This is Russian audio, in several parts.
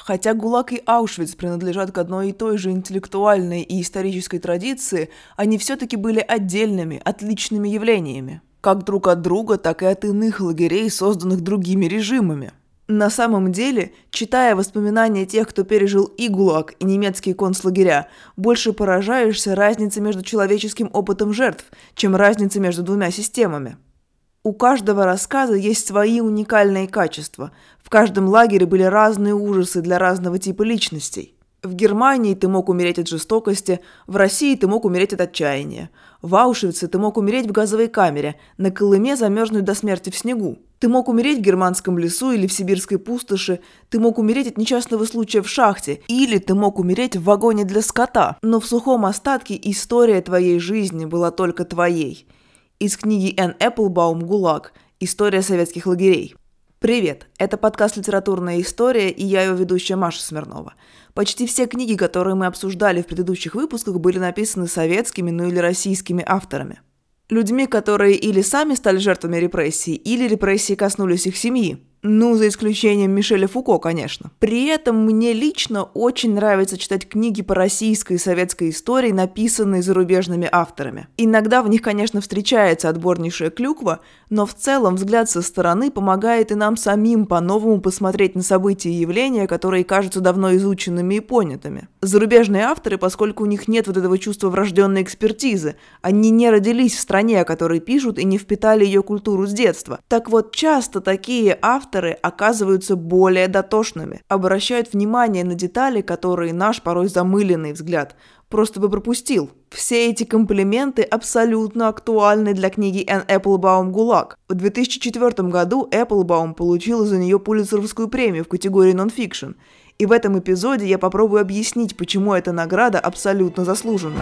Хотя ГУЛАГ и Аушвиц принадлежат к одной и той же интеллектуальной и исторической традиции, они все-таки были отдельными, отличными явлениями. Как друг от друга, так и от иных лагерей, созданных другими режимами. На самом деле, читая воспоминания тех, кто пережил и ГУЛАГ, и немецкие концлагеря, больше поражаешься разницей между человеческим опытом жертв, чем разницей между двумя системами. У каждого рассказа есть свои уникальные качества. В каждом лагере были разные ужасы для разного типа личностей. В Германии ты мог умереть от жестокости, в России ты мог умереть от отчаяния. В Аушвице ты мог умереть в газовой камере, на Колыме замерзнуть до смерти в снегу. Ты мог умереть в германском лесу или в сибирской пустоши, ты мог умереть от несчастного случая в шахте, или ты мог умереть в вагоне для скота. Но в сухом остатке история твоей жизни была только твоей. Из книги Энн Эпплбаум «ГУЛАГ. История советских лагерей». Привет, это подкаст «Литературная история» и я его ведущая Маша Смирнова. Почти все книги, которые мы обсуждали в предыдущих выпусках, были написаны советскими, или российскими авторами. Людьми, которые или сами стали жертвами репрессий, или репрессии коснулись их семьи. За исключением Мишеля Фуко, конечно. При этом мне лично очень нравится читать книги по российской и советской истории, написанные зарубежными авторами. Иногда в них, конечно, встречается отборнейшая клюква, но в целом взгляд со стороны помогает и нам самим по-новому посмотреть на события и явления, которые кажутся давно изученными и понятыми. Зарубежные авторы, поскольку у них нет вот этого чувства врожденной экспертизы, они не родились в стране, о которой пишут, и не впитали ее культуру с детства. Так вот, часто такие авторы оказываются более дотошными, обращают внимание на детали, которые наш порой замыленный взгляд просто бы пропустил. Все эти комплименты абсолютно актуальны для книги Энн Эпплбаум «ГУЛАГ». В 2004 году Эпплбаум получила за нее Пулитцеровскую премию в категории нон-фикшн. И в этом эпизоде я попробую объяснить, почему эта награда абсолютно заслужена.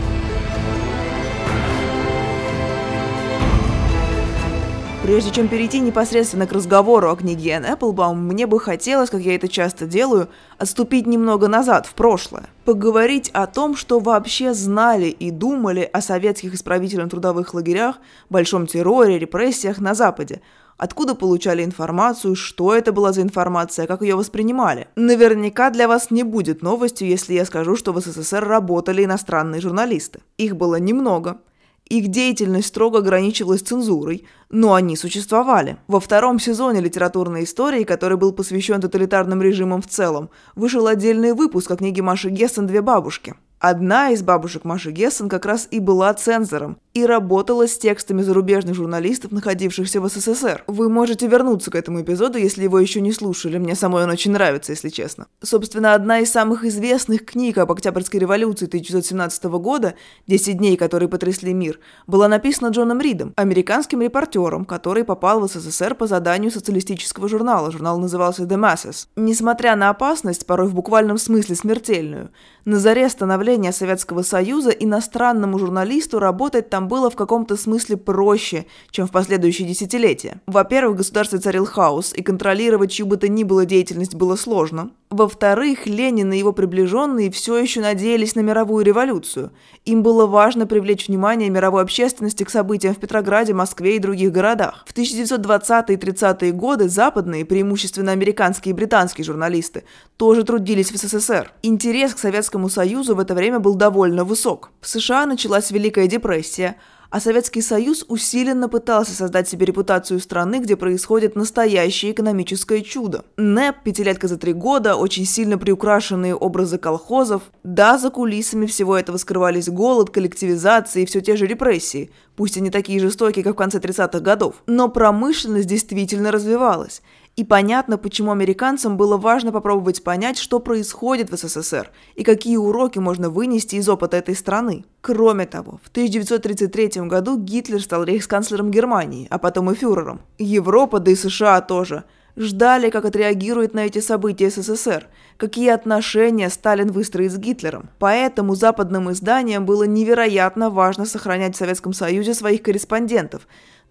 Прежде чем перейти непосредственно к разговору о книге Энн Эпплбаум, мне бы хотелось, как я это часто делаю, отступить немного назад, в прошлое. Поговорить о том, что вообще знали и думали о советских исправительно-трудовых лагерях, большом терроре, репрессиях на Западе. Откуда получали информацию, что это была за информация, как ее воспринимали. Наверняка для вас не будет новостью, если я скажу, что в СССР работали иностранные журналисты. Их было немного. Их деятельность строго ограничивалась цензурой, но они существовали. Во втором сезоне литературной истории, который был посвящен тоталитарным режимам в целом, вышел отдельный выпуск о книге Маши Гессен «Две бабушки». Одна из бабушек Маши Гессен как раз и была цензором и работала с текстами зарубежных журналистов, находившихся в СССР. Вы можете вернуться к этому эпизоду, если его еще не слушали. Мне самой он очень нравится, если честно. Собственно, одна из самых известных книг об Октябрьской революции 1917 года «10 дней, которые потрясли мир», была написана Джоном Ридом, американским репортером, который попал в СССР по заданию социалистического журнала. Журнал назывался «The Masses». Несмотря на опасность, порой в буквальном смысле смертельную, на заре становления Советского Союза иностранному журналисту работать там было в каком-то смысле проще, чем в последующие десятилетия. Во-первых, в государстве царил хаос, и контролировать чью бы то ни было деятельность было сложно. Во-вторых, Ленин и его приближенные все еще надеялись на мировую революцию. Им было важно привлечь внимание мировой общественности к событиям в Петрограде, Москве и других городах. В 1920-е и 30-е годы западные, преимущественно американские и британские журналисты, тоже трудились в СССР. Интерес к Советскому Союзу в это время был довольно высок. В США началась Великая депрессия, а Советский Союз усиленно пытался создать себе репутацию страны, где происходит настоящее экономическое чудо. НЭП, пятилетка за 3 года, очень сильно приукрашенные образы колхозов. Да, за кулисами всего этого скрывались голод, коллективизация и все те же репрессии, пусть и не такие жестокие, как в конце 30-х годов. Но промышленность действительно развивалась. И понятно, почему американцам было важно попробовать понять, что происходит в СССР и какие уроки можно вынести из опыта этой страны. Кроме того, в 1933 году Гитлер стал рейхсканцлером Германии, а потом и фюрером. Европа, да и США тоже, ждали, как отреагирует на эти события СССР, какие отношения Сталин выстроит с Гитлером. Поэтому западным изданиям было невероятно важно сохранять в Советском Союзе своих корреспондентов,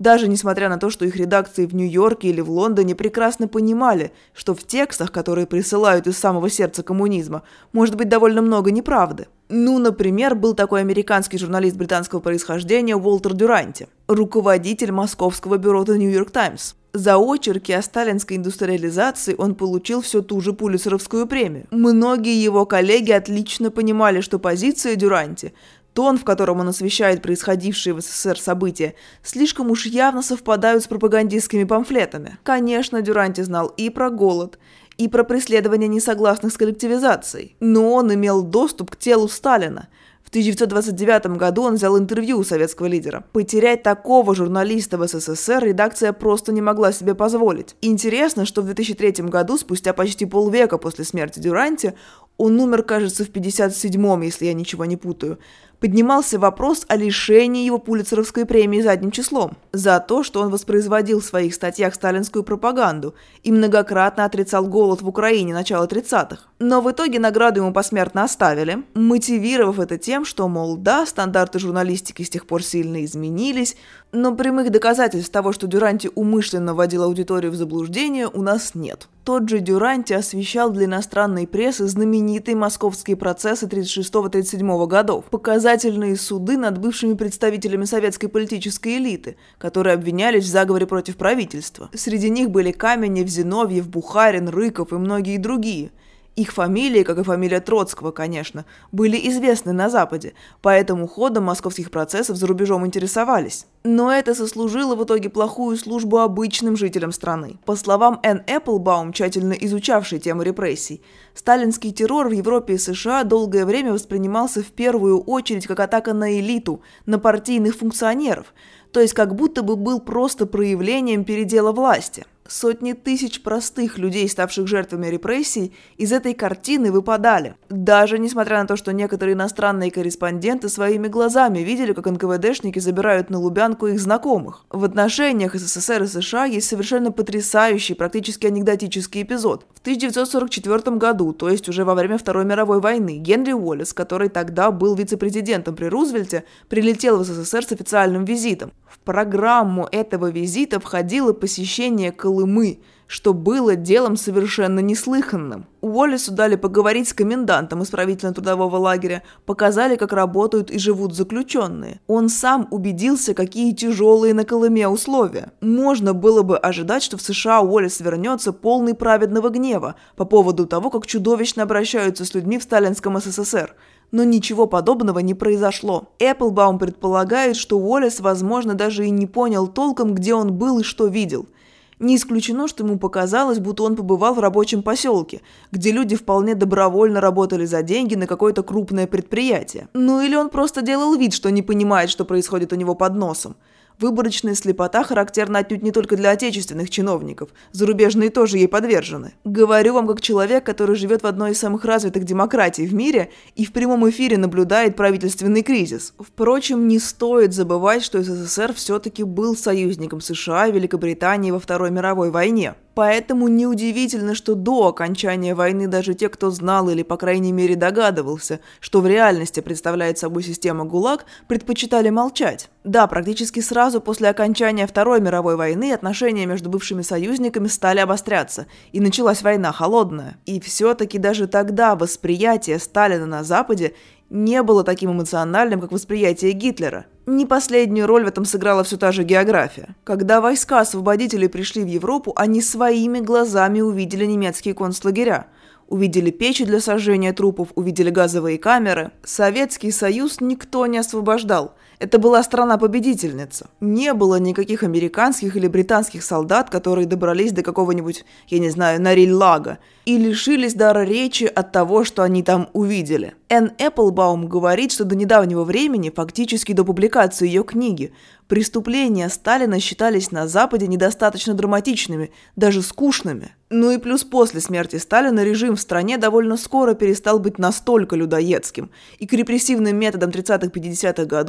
Даже несмотря на то, что их редакции в Нью-Йорке или в Лондоне прекрасно понимали, что в текстах, которые присылают из самого сердца коммунизма, может быть довольно много неправды. Ну, например, был такой американский журналист британского происхождения Уолтер Дюранти, руководитель московского бюро The New York Times. За очерки о сталинской индустриализации он получил все ту же Пулитцеровскую премию. Многие его коллеги отлично понимали, что позиция Дюранти, тон, в котором он освещает происходившие в СССР события, слишком уж явно совпадают с пропагандистскими памфлетами. Конечно, Дюранти знал и про голод, и про преследование несогласных с коллективизацией, но он имел доступ к телу Сталина. В 1929 году он взял интервью у советского лидера. Потерять такого журналиста в СССР редакция просто не могла себе позволить. Интересно, что в 2003 году, спустя почти полвека после смерти Дюранти, он умер, кажется, в 1957-м, если я ничего не путаю, поднимался вопрос о лишении его Пулитцеровской премии задним числом за то, что он воспроизводил в своих статьях сталинскую пропаганду и многократно отрицал голод в Украине начала 30-х. Но в итоге награду ему посмертно оставили, мотивировав это тем, что, мол, да, стандарты журналистики с тех пор сильно изменились, но прямых доказательств того, что Дюранти умышленно вводил аудиторию в заблуждение, у нас нет. Тот же Дюранти освещал для иностранной прессы знаменитые московские процессы 1936-1937 годов, показательные суды над бывшими представителями советской политической элиты, которые обвинялись в заговоре против правительства. Среди них были Каменев, Зиновьев, Бухарин, Рыков и многие другие. Их фамилии, как и фамилия Троцкого, конечно, были известны на Западе, поэтому ходом московских процессов за рубежом интересовались. Но это сослужило в итоге плохую службу обычным жителям страны. По словам Энн Эпплбаум, тщательно изучавшей тему репрессий, сталинский террор в Европе и США долгое время воспринимался в первую очередь как атака на элиту, на партийных функционеров, то есть как будто бы был просто проявлением передела власти. Сотни тысяч простых людей, ставших жертвами репрессий, из этой картины выпадали. Даже несмотря на то, что некоторые иностранные корреспонденты своими глазами видели, как НКВДшники забирают на Лубянку их знакомых. В отношениях СССР и США есть совершенно потрясающий, практически анекдотический эпизод. В 1944 году, то есть уже во время Второй мировой войны, Генри Уоллес, который тогда был вице-президентом при Рузвельте, прилетел в СССР с официальным визитом. В программу этого визита входило посещение Колымы, что было делом совершенно неслыханным. Уоллесу дали поговорить с комендантом исправительно-трудового лагеря, показали, как работают и живут заключенные. Он сам убедился, какие тяжелые на Колыме условия. Можно было бы ожидать, что в США Уоллес вернется полный праведного гнева по поводу того, как чудовищно обращаются с людьми в сталинском СССР. Но ничего подобного не произошло. Эпплбаум предполагает, что Уоллес, возможно, даже и не понял толком, где он был и что видел. Не исключено, что ему показалось, будто он побывал в рабочем поселке, где люди вполне добровольно работали за деньги на какое-то крупное предприятие. Ну или он просто делал вид, что не понимает, что происходит у него под носом. Выборочная слепота характерна отнюдь не только для отечественных чиновников, зарубежные тоже ей подвержены. Говорю вам как человек, который живет в одной из самых развитых демократий в мире и в прямом эфире наблюдает правительственный кризис. Впрочем, не стоит забывать, что СССР все-таки был союзником США и Великобритании во Второй мировой войне. Поэтому неудивительно, что до окончания войны даже те, кто знал или, по крайней мере, догадывался, что в реальности представляет собой система ГУЛАГ, предпочитали молчать. Да, практически сразу после окончания Второй мировой войны отношения между бывшими союзниками стали обостряться, и началась война холодная. И все-таки даже тогда восприятие Сталина на Западе не было таким эмоциональным, как восприятие Гитлера. Не последнюю роль в этом сыграла все та же география. Когда войска освободителей пришли в Европу, они своими глазами увидели немецкие концлагеря. Увидели печи для сожжения трупов, увидели газовые камеры. Советский Союз никто не освобождал. Это была страна-победительница. Не было никаких американских или британских солдат, которые добрались до какого-нибудь, я не знаю, Норильлага, и лишились дара речи от того, что они там увидели. Энн Эпплбаум говорит, что до недавнего времени, фактически до публикации ее книги, преступления Сталина считались на Западе недостаточно драматичными, даже скучными. Ну и плюс после смерти Сталина режим в стране довольно скоро перестал быть настолько людоедским, и к репрессивным методам 30-50-х годов, к счастью,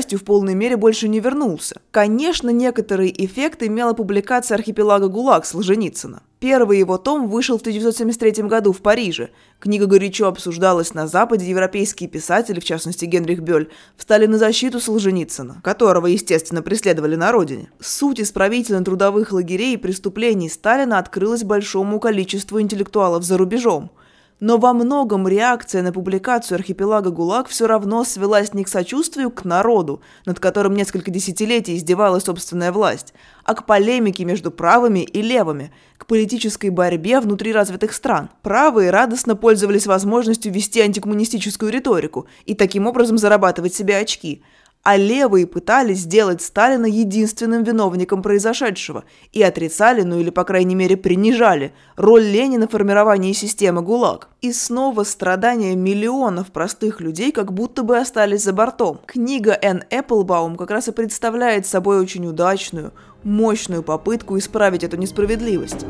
счастью, в полной мере больше не вернулся. Конечно, некоторый эффект имела публикация «Архипелага ГУЛАГ» Солженицына. Первый его том вышел в 1973 году в Париже. Книга горячо обсуждалась на Западе, европейские писатели, в частности Генрих Бёль, встали на защиту Солженицына, которого, естественно, преследовали на родине. Суть исправительно-трудовых лагерей и преступлений Сталина открылась большому количеству интеллектуалов за рубежом. Но во многом реакция на публикацию «Архипелага ГУЛАГ» все равно свелась не к сочувствию к народу, над которым несколько десятилетий издевалась собственная власть, а к полемике между правыми и левыми, к политической борьбе внутри развитых стран. Правые радостно пользовались возможностью вести антикоммунистическую риторику и таким образом зарабатывать себе очки, а левые пытались сделать Сталина единственным виновником произошедшего и отрицали, ну или, по крайней мере, принижали роль Ленина в формировании системы ГУЛАГ. И снова страдания миллионов простых людей как будто бы остались за бортом. Книга Энн Эпплбаум как раз и представляет собой очень удачную, мощную попытку исправить эту несправедливость.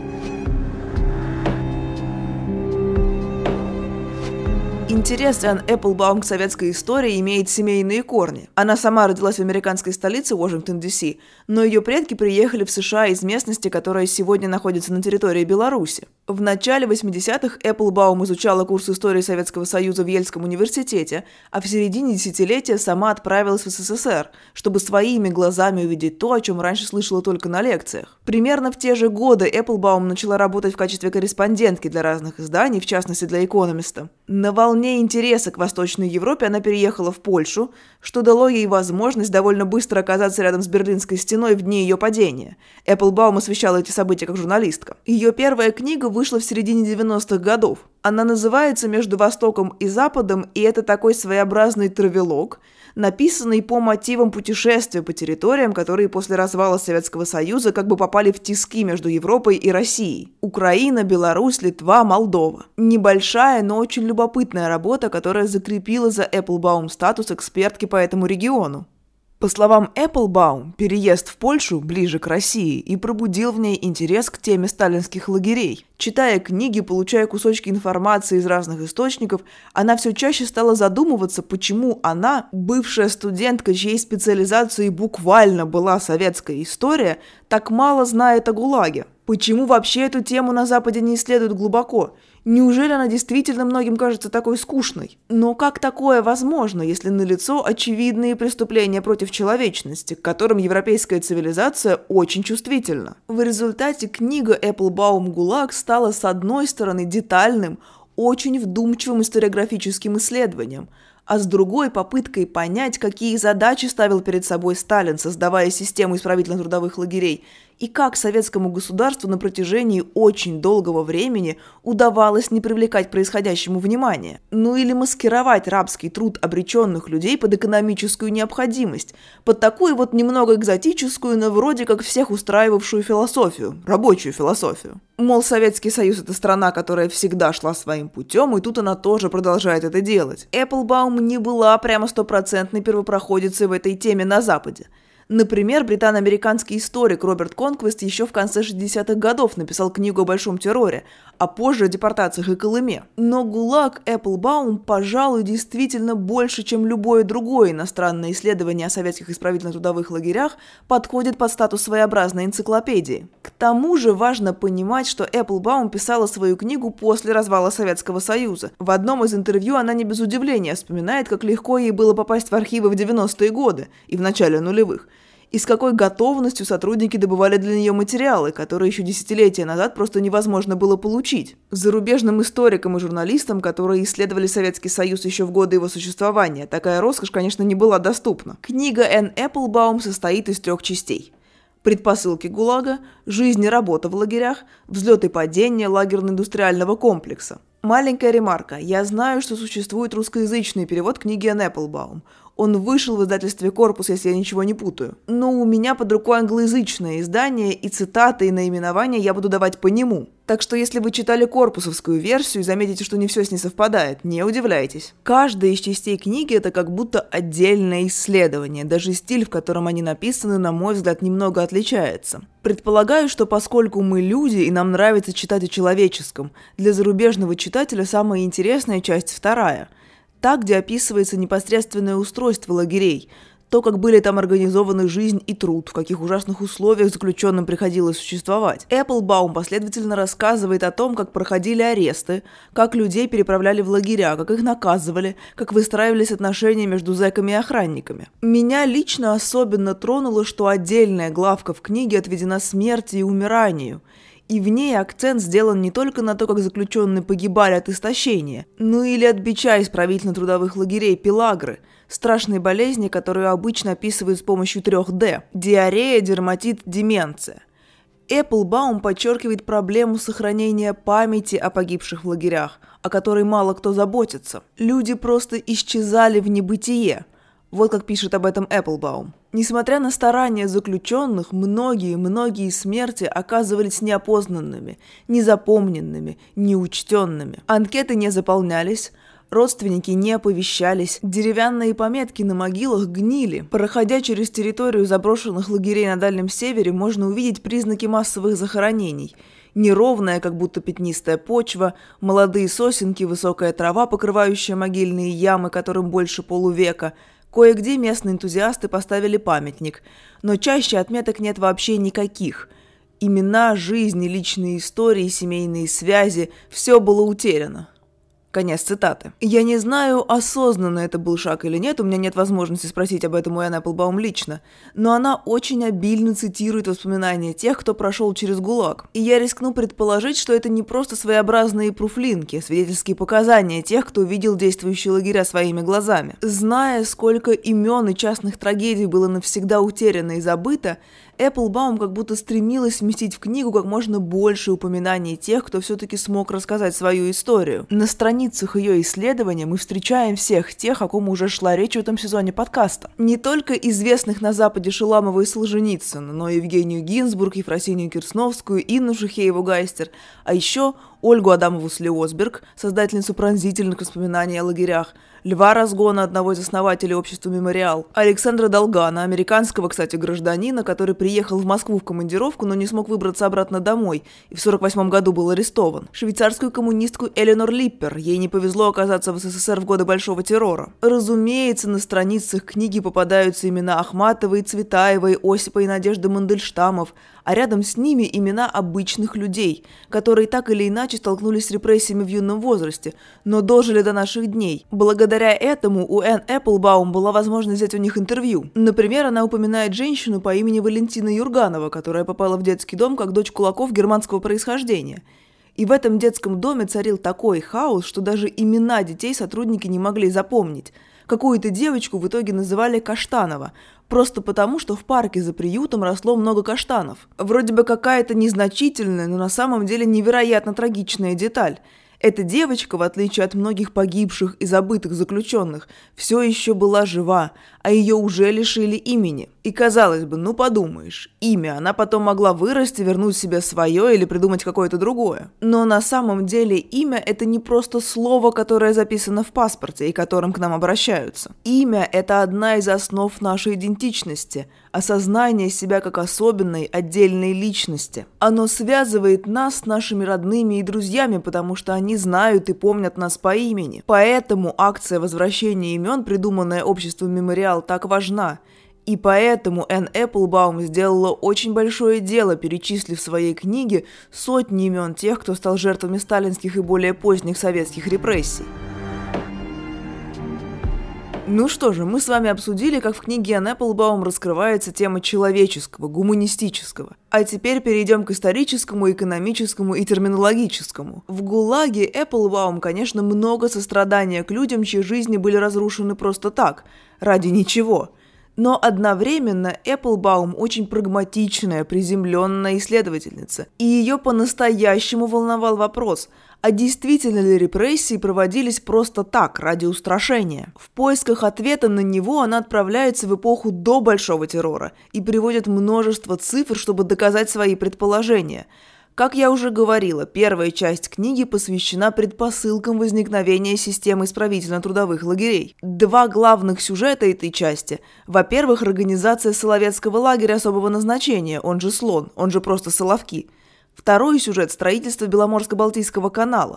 Интерес Энн Эпплбаум к советской истории имеет семейные корни. Она сама родилась в американской столице Вашингтон, Д.С., но ее предки приехали в США из местности, которая сегодня находится на территории Беларуси. В начале 80-х Эпплбаум изучала курс истории Советского Союза в Ельском университете, а в середине десятилетия сама отправилась в СССР, чтобы своими глазами увидеть то, о чем раньше слышала только на лекциях. Примерно в те же годы Эпплбаум начала работать в качестве корреспондентки для разных изданий, в частности для «Экономиста». На волне интереса к Восточной Европе она переехала в Польшу, что дало ей возможность довольно быстро оказаться рядом с Берлинской стеной в дни ее падения. Эпплбаум освещала эти события как журналистка. Ее первая книга вышла в середине 90-х годов. Она называется «Между Востоком и Западом», и это такой своеобразный травелог, написанный по мотивам путешествия по территориям, которые после развала Советского Союза как бы попали в тиски между Европой и Россией. Украина, Беларусь, Литва, Молдова. Небольшая, но очень любопытная работа, которая закрепила за Эпплбаум статус экспертки по этому региону. По словам Эпплбаум, переезд в Польшу, ближе к России, и пробудил в ней интерес к теме сталинских лагерей. Читая книги, получая кусочки информации из разных источников, она все чаще стала задумываться, почему она, бывшая студентка, чьей специализацией буквально была советская история, так мало знает о ГУЛАГе. Почему вообще эту тему на Западе не исследуют глубоко? Неужели она действительно многим кажется такой скучной? Но как такое возможно, если налицо очевидные преступления против человечности, к которым европейская цивилизация очень чувствительна? В результате книга Эпплбаум «ГУЛАГ» стала, с одной стороны, детальным, очень вдумчивым историографическим исследованием, а с другой – попыткой понять, какие задачи ставил перед собой Сталин, создавая систему исправительно-трудовых лагерей, и как советскому государству на протяжении очень долгого времени удавалось не привлекать к происходящему внимания, ну или маскировать рабский труд обреченных людей под экономическую необходимость, под такую вот немного экзотическую, но вроде как всех устраивавшую философию, рабочую философию. Мол, Советский Союз – это страна, которая всегда шла своим путем, и тут она тоже продолжает это делать. Эпплбаум не была прямо стопроцентной первопроходицей в этой теме на Западе. Например, британо-американский историк Роберт Конквист еще в конце 60-х годов написал книгу о Большом терроре, а позже о депортациях и Колыме. Но ГУЛАГ Эпплбаум, пожалуй, действительно больше, чем любое другое иностранное исследование о советских исправительно-трудовых лагерях, подходит под статус своеобразной энциклопедии. К тому же важно понимать, что Эпплбаум писала свою книгу после развала Советского Союза. В одном из интервью она не без удивления вспоминает, как легко ей было попасть в архивы в 90-е годы и в начале нулевых, и с какой готовностью сотрудники добывали для нее материалы, которые еще десятилетия назад просто невозможно было получить. Зарубежным историкам и журналистам, которые исследовали Советский Союз еще в годы его существования, такая роскошь, конечно, не была доступна. Книга Энн Эпплбаум состоит из 3 частей. Предпосылки ГУЛАГа, жизнь и работа в лагерях, взлет и падение лагерно-индустриального комплекса. Маленькая ремарка. Я знаю, что существует русскоязычный перевод книги Энн Эпплбаум. Он вышел в издательстве «Корпус», если я ничего не путаю. Но у меня под рукой англоязычное издание, и цитаты и наименования я буду давать по нему. Так что если вы читали корпусовскую версию и заметите, что не все с ней совпадает, не удивляйтесь. Каждая из частей книги – это как будто отдельное исследование. Даже стиль, в котором они написаны, на мой взгляд, немного отличается. Предполагаю, что поскольку мы люди и нам нравится читать о человеческом, для зарубежного читателя самая интересная часть 2. Та, где описывается непосредственное устройство лагерей, то, как были там организованы жизнь и труд, в каких ужасных условиях заключенным приходилось существовать. Эпплбаум последовательно рассказывает о том, как проходили аресты, как людей переправляли в лагеря, как их наказывали, как выстраивались отношения между зэками и охранниками. Меня лично особенно тронуло, что отдельная главка в книге отведена смерти и умиранию, и в ней акцент сделан не только на то, как заключенные погибали от истощения, но или от бича исправительно-трудовых лагерей пелагры, страшной болезни, которую обычно описывают с помощью 3D – диарея, дерматит, деменция. Эпплбаум подчеркивает проблему сохранения памяти о погибших в лагерях, о которой мало кто заботится. Люди просто исчезали в небытие. Вот как пишет об этом Эпплбаум. Несмотря на старания заключенных, многие смерти оказывались неопознанными, незапомненными, неучтенными. Анкеты не заполнялись, родственники не оповещались, деревянные пометки на могилах гнили. Проходя через территорию заброшенных лагерей на Дальнем Севере, можно увидеть признаки массовых захоронений. Неровная, как будто пятнистая почва, молодые сосенки, высокая трава, покрывающая могильные ямы, которым больше полувека. Кое-где местные энтузиасты поставили памятник, но чаще отметок нет вообще никаких. Имена, жизни, личные истории, семейные связи – все было утеряно. Конец цитаты. Я не знаю, осознанно это был шаг или нет, у меня нет возможности спросить об этом у Энн Эпплбаум лично, но она очень обильно цитирует воспоминания тех, кто прошел через ГУЛАГ. И я рискну предположить, что это не просто своеобразные пруфлинки, свидетельские показания тех, кто видел действующие лагеря своими глазами. Зная, сколько имен и частных трагедий было навсегда утеряно и забыто, Эпплбаум как будто стремилась вместить в книгу как можно больше упоминаний тех, кто все-таки смог рассказать свою историю. На страницах ее исследования мы встречаем всех тех, о ком уже шла речь в этом сезоне подкаста. Не только известных на Западе Шаламова и Солженицына, но и Евгению Гинзбург, Ефросинью Кирсновскую, Инну Шухееву-Гайстер, а еще Ольгу Адамову Слиосберг, создательницу пронзительных воспоминаний о лагерях, Льва Разгона, одного из основателей общества «Мемориал», Александра Долгана, американского, кстати, гражданина, который приехал в Москву в командировку, но не смог выбраться обратно домой и в 1948 году был арестован, швейцарскую коммунистку Эленор Липпер, ей не повезло оказаться в СССР в годы Большого террора. Разумеется, на страницах книги попадаются имена Ахматовой, Цветаевой, Осипа и Надежды Мандельштамов, а рядом с ними имена обычных людей, которые так или иначе столкнулись с репрессиями в юном возрасте, но дожили до наших дней. Благодаря этому у Энн Эпплбаум была возможность взять у них интервью. Например, она упоминает женщину по имени Валентина Юрганова, которая попала в детский дом как дочь кулаков германского происхождения. И в этом детском доме царил такой хаос, что даже имена детей сотрудники не могли запомнить. Какую-то девочку в итоге называли Каштанова, просто потому, что в парке за приютом росло много каштанов. Вроде бы какая-то незначительная, но на самом деле невероятно трагичная деталь. Эта девочка, в отличие от многих погибших и забытых заключенных, все еще была жива, а ее уже лишили имени. И казалось бы, ну подумаешь, имя, она потом могла вырасти, вернуть себе свое или придумать какое-то другое. Но на самом деле имя – это не просто слово, которое записано в паспорте и которым к нам обращаются. Имя – это одна из основ нашей идентичности, осознание себя как особенной, отдельной личности. Оно связывает нас с нашими родными и друзьями, потому что они знают и помнят нас по имени. Поэтому акция возвращения имен, придуманная обществом «Мемориал», так важна. И поэтому Энн Эпплбаум сделала очень большое дело, перечислив в своей книге сотни имен тех, кто стал жертвами сталинских и более поздних советских репрессий. Ну что же, мы с вами обсудили, как в книге Энн Эпплбаум раскрывается тема человеческого, гуманистического. А теперь перейдем к историческому, экономическому и терминологическому. В ГУЛАГе Эпплбаум, конечно, много сострадания к людям, чьи жизни были разрушены просто так, ради ничего. Но одновременно Эпплбаум очень прагматичная, приземленная исследовательница. И ее по-настоящему волновал вопрос, а действительно ли репрессии проводились просто так, ради устрашения? В поисках ответа на него она отправляется в эпоху до Большого террора и приводит множество цифр, чтобы доказать свои предположения. Как я уже говорила, первая часть книги посвящена предпосылкам возникновения системы исправительно-трудовых лагерей. Два главных сюжета этой части. Во-первых, организация Соловецкого лагеря особого назначения, он же СЛОН, он же просто Соловки. Второй сюжет – строительство Беломорско-Балтийского канала.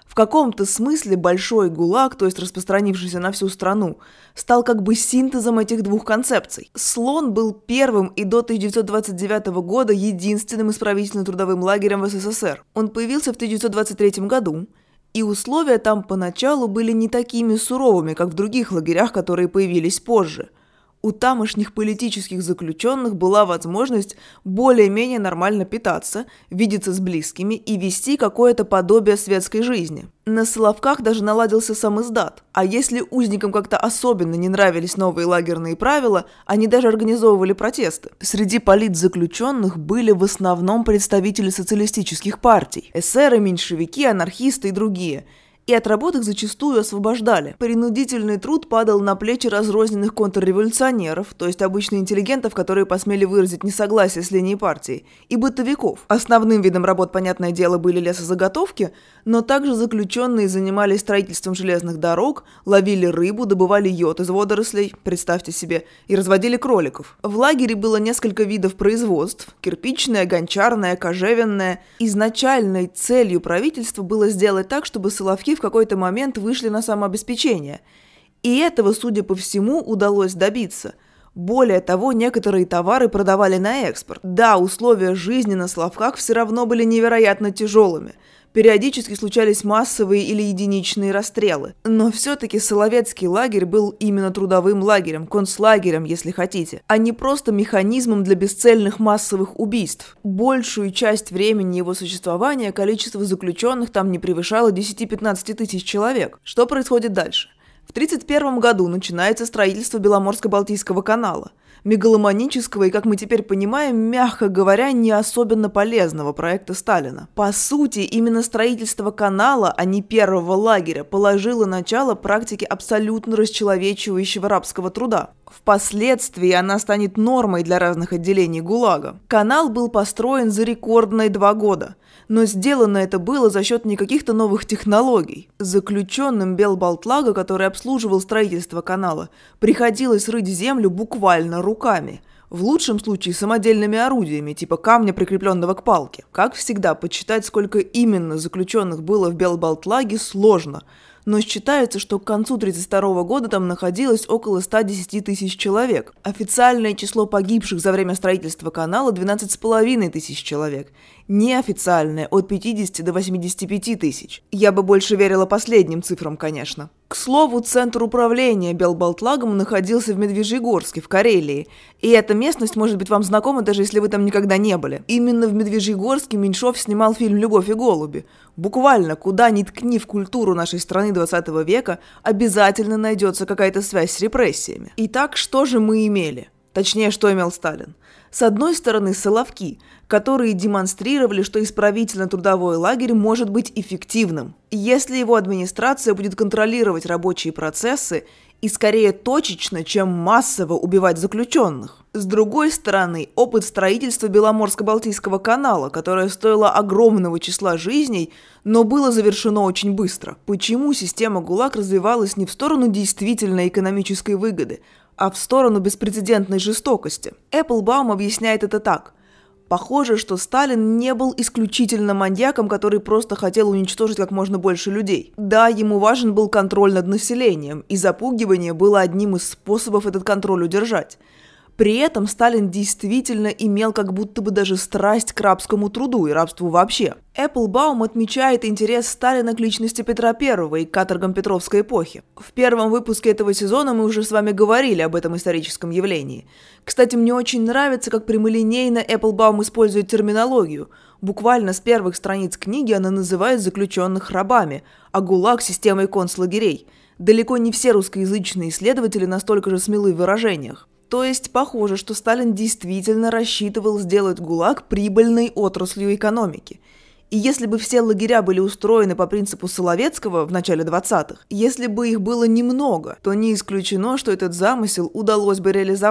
В каком-то смысле Большой ГУЛАГ, то есть распространившийся на всю страну, стал как бы синтезом этих двух концепций. Слон был первым и до 1929 года единственным исправительно-трудовым лагерем в СССР. Он появился в 1923 году, и условия там поначалу были не такими суровыми, как в других лагерях, которые появились позже. У тамошних политических заключенных была возможность более-менее нормально питаться, видеться с близкими и вести какое-то подобие светской жизни. На Соловках даже наладился самиздат, а если узникам как-то особенно не нравились новые лагерные правила, они даже организовывали протесты. Среди политзаключенных были в основном представители социалистических партий – эсеры, меньшевики, анархисты и другие – и от работ их зачастую освобождали. Принудительный труд падал на плечи разрозненных контрреволюционеров, то есть обычных интеллигентов, которые посмели выразить несогласие с линией партии, и бытовиков. Основным видом работ, понятное дело, были лесозаготовки, но также заключенные занимались строительством железных дорог, ловили рыбу, добывали йод из водорослей, представьте себе, и разводили кроликов. В лагере было несколько видов производств – кирпичное, гончарное, кожевенное. Изначальной целью правительства было сделать так, чтобы Соловки в какой-то момент вышли на самообеспечение. И этого, судя по всему, удалось добиться. Более того, некоторые товары продавали на экспорт. Да, условия жизни на Соловках все равно были невероятно тяжелыми. Периодически случались массовые или единичные расстрелы. Но все-таки Соловецкий лагерь был именно трудовым лагерем, концлагерем, если хотите, а не просто механизмом для бесцельных массовых убийств. Большую часть времени его существования количество заключенных там не превышало 10-15 тысяч человек. Что происходит дальше? В 1931 году начинается строительство Беломорско-Балтийского канала. Мегаломанического и, как мы теперь понимаем, мягко говоря, не особенно полезного проекта Сталина. По сути, именно строительство канала, а не первого лагеря, положило начало практике абсолютно расчеловечивающего рабского труда. Впоследствии она станет нормой для разных отделений ГУЛАГа. Канал был построен за рекордные 2 года. Но сделано это было за счет не каких-то новых технологий. Заключенным Белбалтлага, который обслуживал строительство канала, приходилось рыть землю буквально руками. В лучшем случае самодельными орудиями, типа камня, прикрепленного к палке. Как всегда, подсчитать, сколько именно заключенных было в Белбалтлаге, сложно. Но считается, что к концу 1932 года там находилось около 110 тысяч человек. Официальное число погибших за время строительства канала – 12,5 тысяч человек. Неофициальное – от 50 до 85 тысяч. Я бы больше верила последним цифрам, конечно. К слову, центр управления Белбалтлагом находился в Медвежьегорске, в Карелии. И эта местность может быть вам знакома, даже если вы там никогда не были. Именно в Медвежьегорске Меньшов снимал фильм «Любовь и голуби». Буквально, куда ни ткни в культуру нашей страны 20 века, обязательно найдется какая-то связь с репрессиями. Итак, что же мы имели? Точнее, что имел Сталин? С одной стороны, Соловки, которые демонстрировали, что исправительно-трудовой лагерь может быть эффективным, если его администрация будет контролировать рабочие процессы и скорее точечно, чем массово убивать заключенных. С другой стороны, опыт строительства Беломорско-Балтийского канала, которое стоило огромного числа жизней, но было завершено очень быстро. Почему система ГУЛАГ развивалась не в сторону действительной экономической выгоды, а в сторону беспрецедентной жестокости? Эпплбаум объясняет это так. Похоже, что Сталин не был исключительно маньяком, который просто хотел уничтожить как можно больше людей. Да, ему важен был контроль над населением, и запугивание было одним из способов этот контроль удержать. При этом Сталин действительно имел как будто бы даже страсть к рабскому труду и рабству вообще. Эпплбаум отмечает интерес Сталина к личности Петра I и к каторгам Петровской эпохи. В первом выпуске этого сезона мы уже с вами говорили об этом историческом явлении. Кстати, мне очень нравится, как прямолинейно Эпплбаум использует терминологию. Буквально с первых страниц книги она называет заключенных рабами, а ГУЛАГ – системой концлагерей. Далеко не все русскоязычные исследователи настолько же смелы в выражениях. То есть похоже, что Сталин действительно рассчитывал сделать ГУЛАГ прибыльной отраслью экономики. И если бы все лагеря были устроены по принципу Соловецкого в начале 20-х, если бы их было немного, то не исключено, что этот замысел удалось бы реализовать.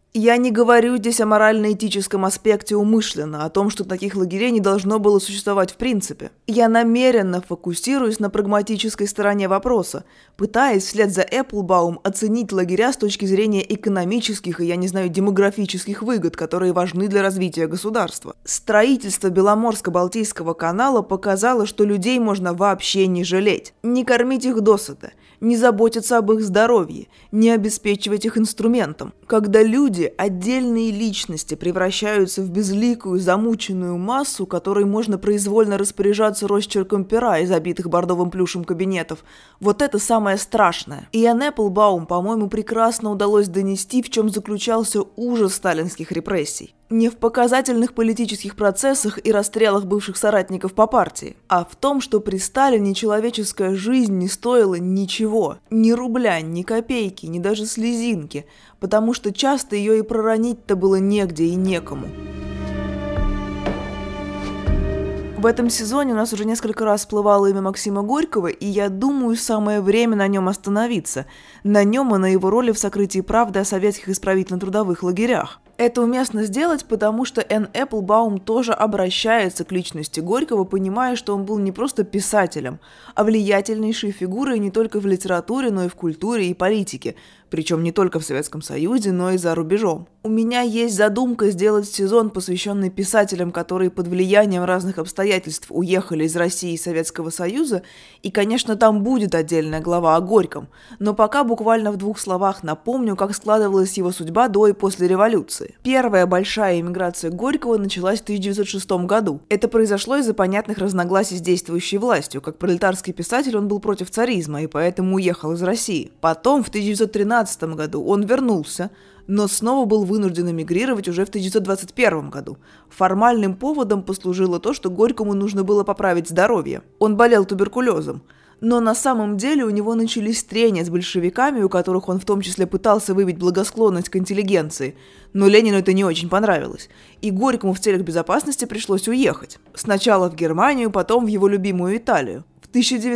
Я не говорю здесь о морально-этическом аспекте умышленно, о том, что таких лагерей не должно было существовать в принципе. Я намеренно фокусируюсь на прагматической стороне вопроса, пытаясь вслед за Эпплбаум оценить лагеря с точки зрения экономических и, я не знаю, демографических выгод, которые важны для развития государства. Строительство Беломорско-Балтийского канала показало, что людей можно вообще не жалеть, не кормить их досыта, не заботиться об их здоровье, не обеспечивать их инструментом. Когда люди, отдельные личности, превращаются в безликую, замученную массу, которой можно произвольно распоряжаться росчерком пера из обитых бордовым плюшем кабинетов, вот это самое страшное. И Иоанн Эпплбаум, по-моему, прекрасно удалось донести, в чем заключался ужас сталинских репрессий. Не в показательных политических процессах и расстрелах бывших соратников по партии, а в том, что при Сталине человеческая жизнь не стоила ничего, ни рубля, ни копейки, ни даже слезинки, потому что часто ее и проронить-то было негде и некому. В этом сезоне у нас уже несколько раз всплывало имя Максима Горького, и я думаю, самое время на нем остановиться. На нем и на его роли в сокрытии правды о советских исправительно-трудовых лагерях. Это уместно сделать, потому что Иоанн Эпплбаум тоже обращается к личности Горького, понимая, что он был не просто писателем, а влиятельнейшей фигурой не только в литературе, но и в культуре и политике, причем не только в Советском Союзе, но и за рубежом. У меня есть задумка сделать сезон, посвященный писателям, которые под влиянием разных обстоятельств уехали из России и Советского Союза, и, конечно, там будет отдельная глава о Горьком, но пока буквально в 2 словах напомню, как складывалась его судьба до и после революции. Первая большая эмиграция Горького началась в 1906 году. Это произошло из-за понятных разногласий с действующей властью. Как пролетарский писатель он был против царизма и поэтому уехал из России. Потом, в 1913 году, он вернулся, но снова был вынужден эмигрировать уже в 1921 году. Формальным поводом послужило то, что Горькому нужно было поправить здоровье. Он болел туберкулезом. Но на самом деле у него начались трения с большевиками, у которых он в том числе пытался выбить благосклонность к интеллигенции. Но Ленину это не очень понравилось. И Горькому в целях безопасности пришлось уехать. Сначала в Германию, потом в его любимую Италию. В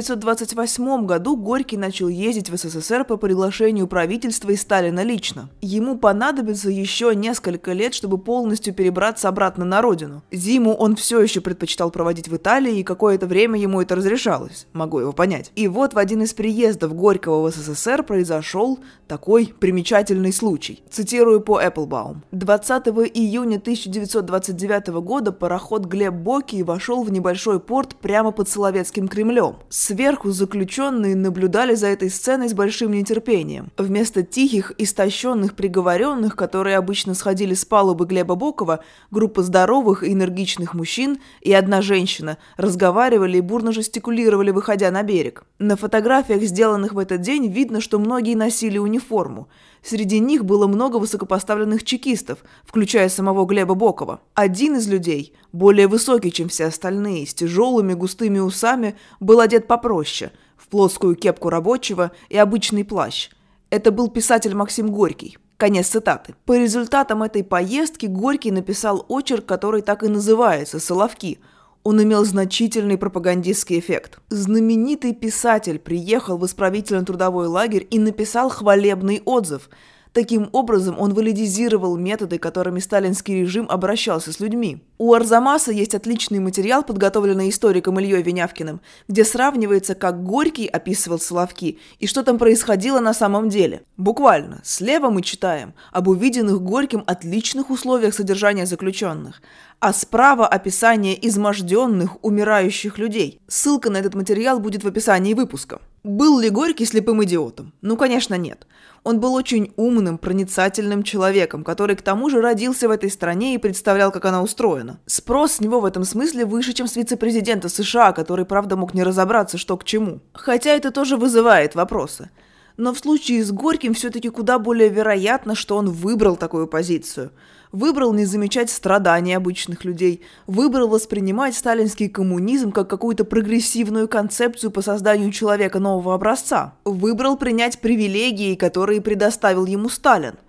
1928 году Горький начал ездить в СССР по приглашению правительства и Сталина лично. Ему понадобится еще несколько лет, чтобы полностью перебраться обратно на родину. Зиму он все еще предпочитал проводить в Италии, и какое-то время ему это разрешалось. Могу его понять. И вот в один из приездов Горького в СССР произошел такой примечательный случай. Цитирую по Эпплбаум. 20 июня 1929 года пароход «Глеб Бокий» вошел в небольшой порт прямо под Соловецким Кремлем. Сверху заключенные наблюдали за этой сценой с большим нетерпением. Вместо тихих, истощенных приговоренных, которые обычно сходили с палубы Глеба Бокова, группа здоровых и энергичных мужчин и одна женщина разговаривали и бурно жестикулировали, выходя на берег. На фотографиях, сделанных в этот день, видно, что многие носили униформу. Среди них было много высокопоставленных чекистов, включая самого Глеба Бокова. Один из людей, более высокий, чем все остальные, с тяжелыми густыми усами, был одет попроще, в плоскую кепку рабочего и обычный плащ. Это был писатель Максим Горький. Конец цитаты. По результатам этой поездки Горький написал очерк, который так и называется «Соловки». Он имел значительный пропагандистский эффект. Знаменитый писатель приехал в исправительно-трудовой лагерь и написал хвалебный отзыв. Таким образом, он валидизировал методы, которыми сталинский режим обращался с людьми. У Арзамаса есть отличный материал, подготовленный историком Ильей Винявкиным, где сравнивается, как Горький описывал Соловки и что там происходило на самом деле. Буквально, слева мы читаем об увиденных Горьким отличных условиях содержания заключенных, а справа описание изможденных, умирающих людей. Ссылка на этот материал будет в описании выпуска. Был ли Горький слепым идиотом? Ну, конечно, нет. Он был очень умным, проницательным человеком, который к тому же родился в этой стране и представлял, как она устроена. Спрос с него в этом смысле выше, чем с вице-президента США, который, правда, мог не разобраться, что к чему. Хотя это тоже вызывает вопросы. Но в случае с Горьким все-таки куда более вероятно, что он выбрал такую позицию. Выбрал не замечать страданий обычных людей, выбрал воспринимать сталинский коммунизм как какую-то прогрессивную концепцию по созданию человека нового образца. Выбрал принять привилегии, которые предоставил ему Сталин.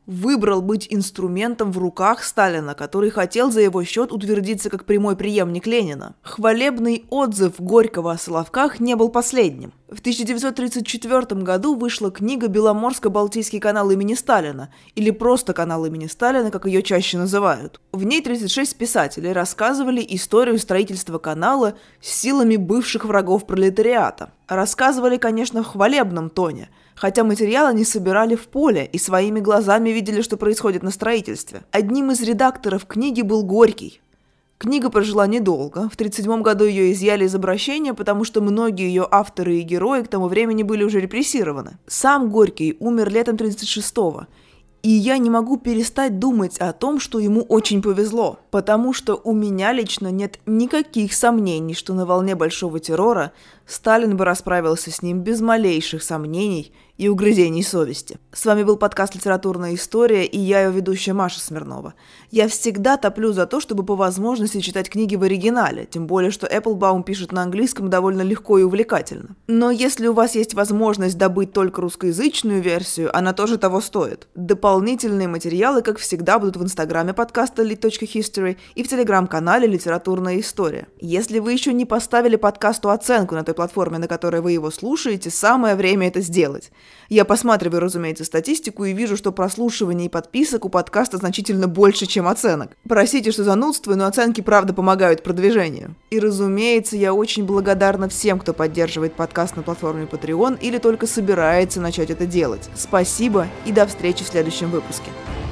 выбрал быть инструментом в руках Сталина, который хотел за его счет утвердиться как прямой преемник Ленина. Хвалебный отзыв Горького о Соловках не был последним. В 1934 году вышла книга «Беломорско-Балтийский канал имени Сталина», или просто канал имени Сталина, как ее чаще называют. В ней 36 писателей рассказывали историю строительства канала с силами бывших врагов пролетариата. Рассказывали, конечно, в хвалебном тоне, хотя материал они собирали в поле и своими глазами видели, что происходит на строительстве. Одним из редакторов книги был Горький. Книга прожила недолго. В 1937 году ее изъяли из обращения, потому что многие ее авторы и герои к тому времени были уже репрессированы. Сам Горький умер летом 1936-го. И я не могу перестать думать о том, что ему очень повезло, потому что у меня лично нет никаких сомнений, что на волне Большого террора Сталин бы расправился с ним без малейших сомнений и угрызений совести. С вами был подкаст «Литературная история» и я, его ведущая Маша Смирнова. Я всегда топлю за то, чтобы по возможности читать книги в оригинале, тем более, что Эпплбаум пишет на английском довольно легко и увлекательно. Но если у вас есть возможность добыть только русскоязычную версию, она тоже того стоит. Дополнительные материалы, как всегда, будут в инстаграме подкаста lit.history и в телеграм-канале «Литературная история». Если вы еще не поставили подкасту оценку на той платформе, на которой вы его слушаете, самое время это сделать. Я посматриваю, разумеется, статистику и вижу, что прослушиваний и подписок у подкаста значительно больше, чем оценок. Простите, что занудствую, но оценки правда помогают продвижению. И, разумеется, я очень благодарна всем, кто поддерживает подкаст на платформе Patreon или только собирается начать это делать. Спасибо и до встречи в следующем выпуске.